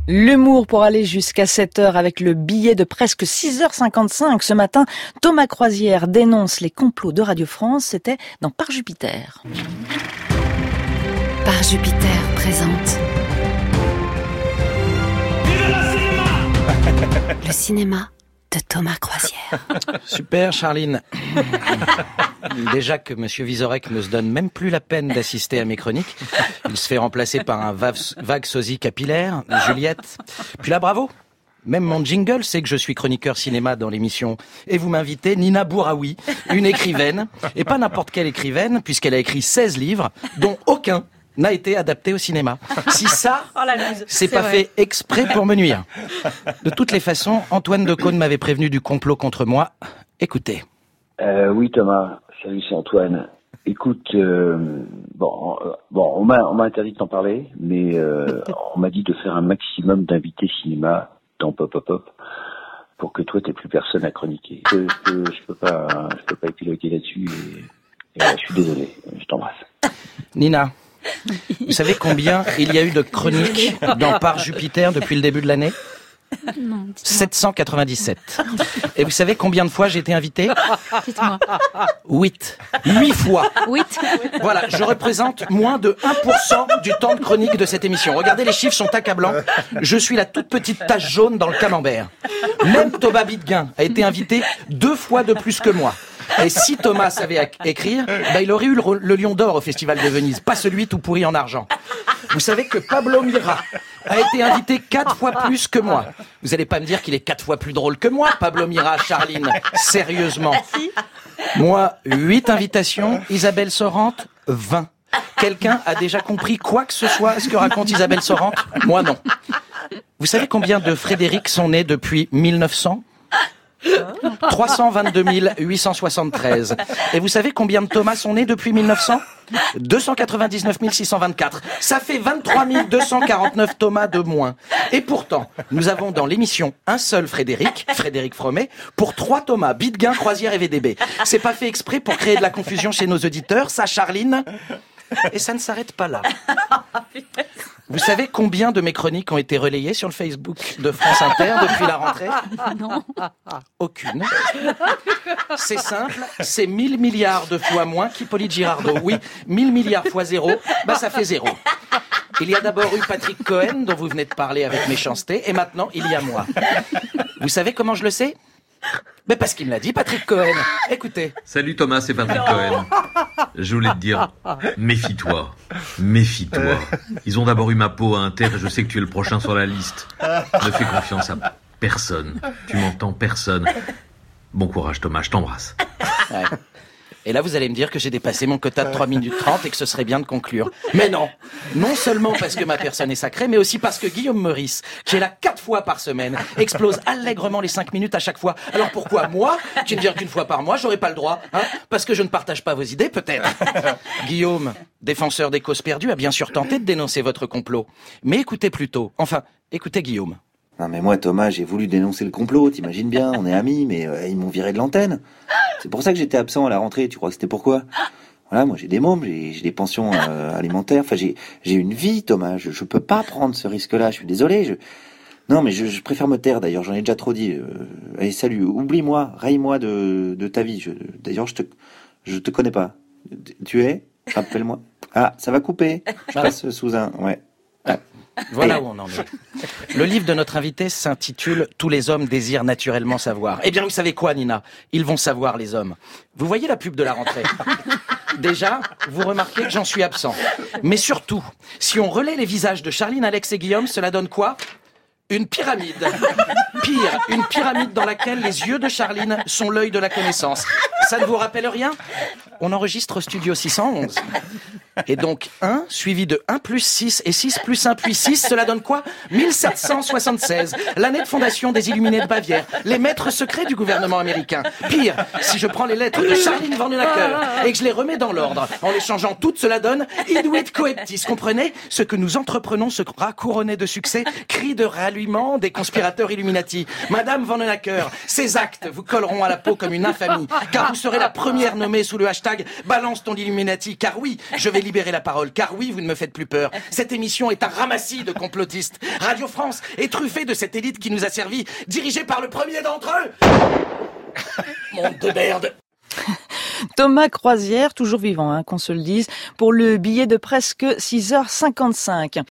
L'humour pour aller jusqu'à 7h avec le billet de presque 6h55 ce matin. Thomas Croisière dénonce les complots de Radio France. C'était dans Par Jupiter. Par Jupiter présente le cinéma de Thomas Croisière. Super, Charline. Déjà que Monsieur Vizorek ne se donne même plus la peine d'assister à mes chroniques. Il se fait remplacer par un vague sosie capillaire, Juliette. Puis là, bravo. Même mon jingle sait que je suis chroniqueur cinéma dans l'émission. Et vous m'invitez Nina Bouraoui, une écrivaine. Et pas n'importe quelle écrivaine, puisqu'elle a écrit 16 livres, dont aucun n'a été adapté au cinéma. Si ça, c'est pas vrai. Fait exprès pour me nuire. De toutes les façons, Antoine Decaune m'avait prévenu du complot contre moi. Écoutez. Oui, Thomas. Salut, c'est Antoine. Écoute, on m'a interdit de t'en parler, mais on m'a dit de faire un maximum d'invités cinéma dans Pop pour que toi t'aies plus personne à chroniquer. Je peux pas épiloguer là-dessus et je suis désolé. Je t'embrasse. Nina. Vous savez combien il y a eu de chroniques dans Par Jupiter depuis le début de l'année ? Non, 797. Et vous savez combien de fois j'ai été invité ? Dites-moi. 8 fois. 8 Voilà, je représente moins de 1% du temps de chronique de cette émission. Regardez, les chiffres sont accablants. Je suis la toute petite tache jaune dans le camembert. Même Thomas Bidguin a été invité 2 fois de plus que moi. Et si Thomas savait écrire, il aurait eu le Lion d'Or au Festival de Venise, pas celui tout pourri en argent. Vous savez que Pablo Mira a été invité 4 fois plus que moi. Vous allez pas me dire qu'il est 4 fois plus drôle que moi, Pablo Mira, Charline. Sérieusement. Moi, 8 invitations, Isabelle Sorante, 20. Quelqu'un a déjà compris quoi que ce soit à ce que raconte Isabelle Sorante ? Moi, non. Vous savez combien de Frédéric sont nés depuis 1900 ? 322 873. Et vous savez combien de Thomas sont nés depuis 1900 ? 299 624. Ça fait 23 249 Thomas de moins. Et pourtant, nous avons dans l'émission un seul Frédéric Fromet, pour 3 Thomas, Bidguin, Croisière et VDB. C'est pas fait exprès pour créer de la confusion chez nos auditeurs, ça, Charline ? Et ça ne s'arrête pas là. Vous savez combien de mes chroniques ont été relayées sur le Facebook de France Inter depuis la rentrée ? Non. Aucune. C'est simple, c'est 1000 milliards de fois moins qu'Hippolyte Girardot. Oui, 1000 milliards fois 0, ça fait 0. Il y a d'abord eu Patrick Cohen, dont vous venez de parler avec méchanceté, et maintenant il y a moi. Vous savez comment je le sais ? Mais parce qu'il me l'a dit, Patrick Cohen. Écoutez. Salut Thomas, c'est Patrick Cohen. Je voulais te dire, méfie-toi. Ils ont d'abord eu ma peau à Inter et je sais que tu es le prochain sur la liste. Ne fais confiance à personne. Tu m'entends, personne. Bon courage Thomas, je t'embrasse. Ouais. Et là, vous allez me dire que j'ai dépassé mon quota de 3 minutes 30 et que ce serait bien de conclure. Mais non. Non seulement parce que ma personne est sacrée, mais aussi parce que Guillaume Meurice, qui est là 4 fois par semaine, explose allègrement les 5 minutes à chaque fois. Alors pourquoi moi, qui ne viens qu'une fois par mois, j'aurais pas le droit, hein ? Parce que je ne partage pas vos idées, peut-être. Guillaume, défenseur des causes perdues, a bien sûr tenté de dénoncer votre complot. Mais écoutez plutôt. Enfin, écoutez Guillaume. Non mais moi Thomas, j'ai voulu dénoncer le complot, t'imagines bien, on est amis, mais ils m'ont viré de l'antenne. C'est pour ça que j'étais absent à la rentrée, tu crois que c'était pourquoi ? Voilà, moi j'ai des mômes, j'ai des pensions alimentaires, enfin j'ai une vie Thomas, je peux pas prendre ce risque-là, je suis désolé, Non mais je préfère me taire d'ailleurs, j'en ai déjà trop dit. Allez salut, oublie-moi, raye-moi de ta vie, d'ailleurs je te connais pas. Tu es ? Rappelle-moi. Ah, ça va couper, je passe sous un... Ouais. Voilà où on en est. Le livre de notre invité s'intitule « Tous les hommes désirent naturellement savoir ». Eh bien, vous savez quoi, Nina ? Ils vont savoir, les hommes. Vous voyez la pub de la rentrée ? Déjà, vous remarquez que j'en suis absent. Mais surtout, si on relaie les visages de Charline, Alex et Guillaume, cela donne quoi ? Une pyramide. Pire, une pyramide dans laquelle les yeux de Charline sont l'œil de la connaissance. Ça ne vous rappelle rien ? On enregistre Studio 611. Et donc 1 suivi de 1 plus 6 et 6 plus 1 puis 6, cela donne quoi ? 1776, l'année de fondation des Illuminés de Bavière, les maîtres secrets du gouvernement américain. Pire, si je prends les lettres de Charline Vanhoenacker et que je les remets dans l'ordre, en les changeant toutes, cela donne Iduit Coeptis, comprenez ? Ce que nous entreprenons sera couronné de succès, cri de ralliement des conspirateurs Illuminati. Madame Vanhoenacker, ces actes vous colleront à la peau comme une infamie, car vous serez la première nommée sous le hashtag « Balance ton Illuminati », car oui, je vais libérer la parole, car oui, vous ne me faites plus peur. Cette émission est un ramassis de complotistes. Radio France est truffée de cette élite qui nous a servi, dirigée par le premier d'entre eux. Monde de merde. Thomas Croisière, toujours vivant, qu'on se le dise, pour le billet de presque 6h55.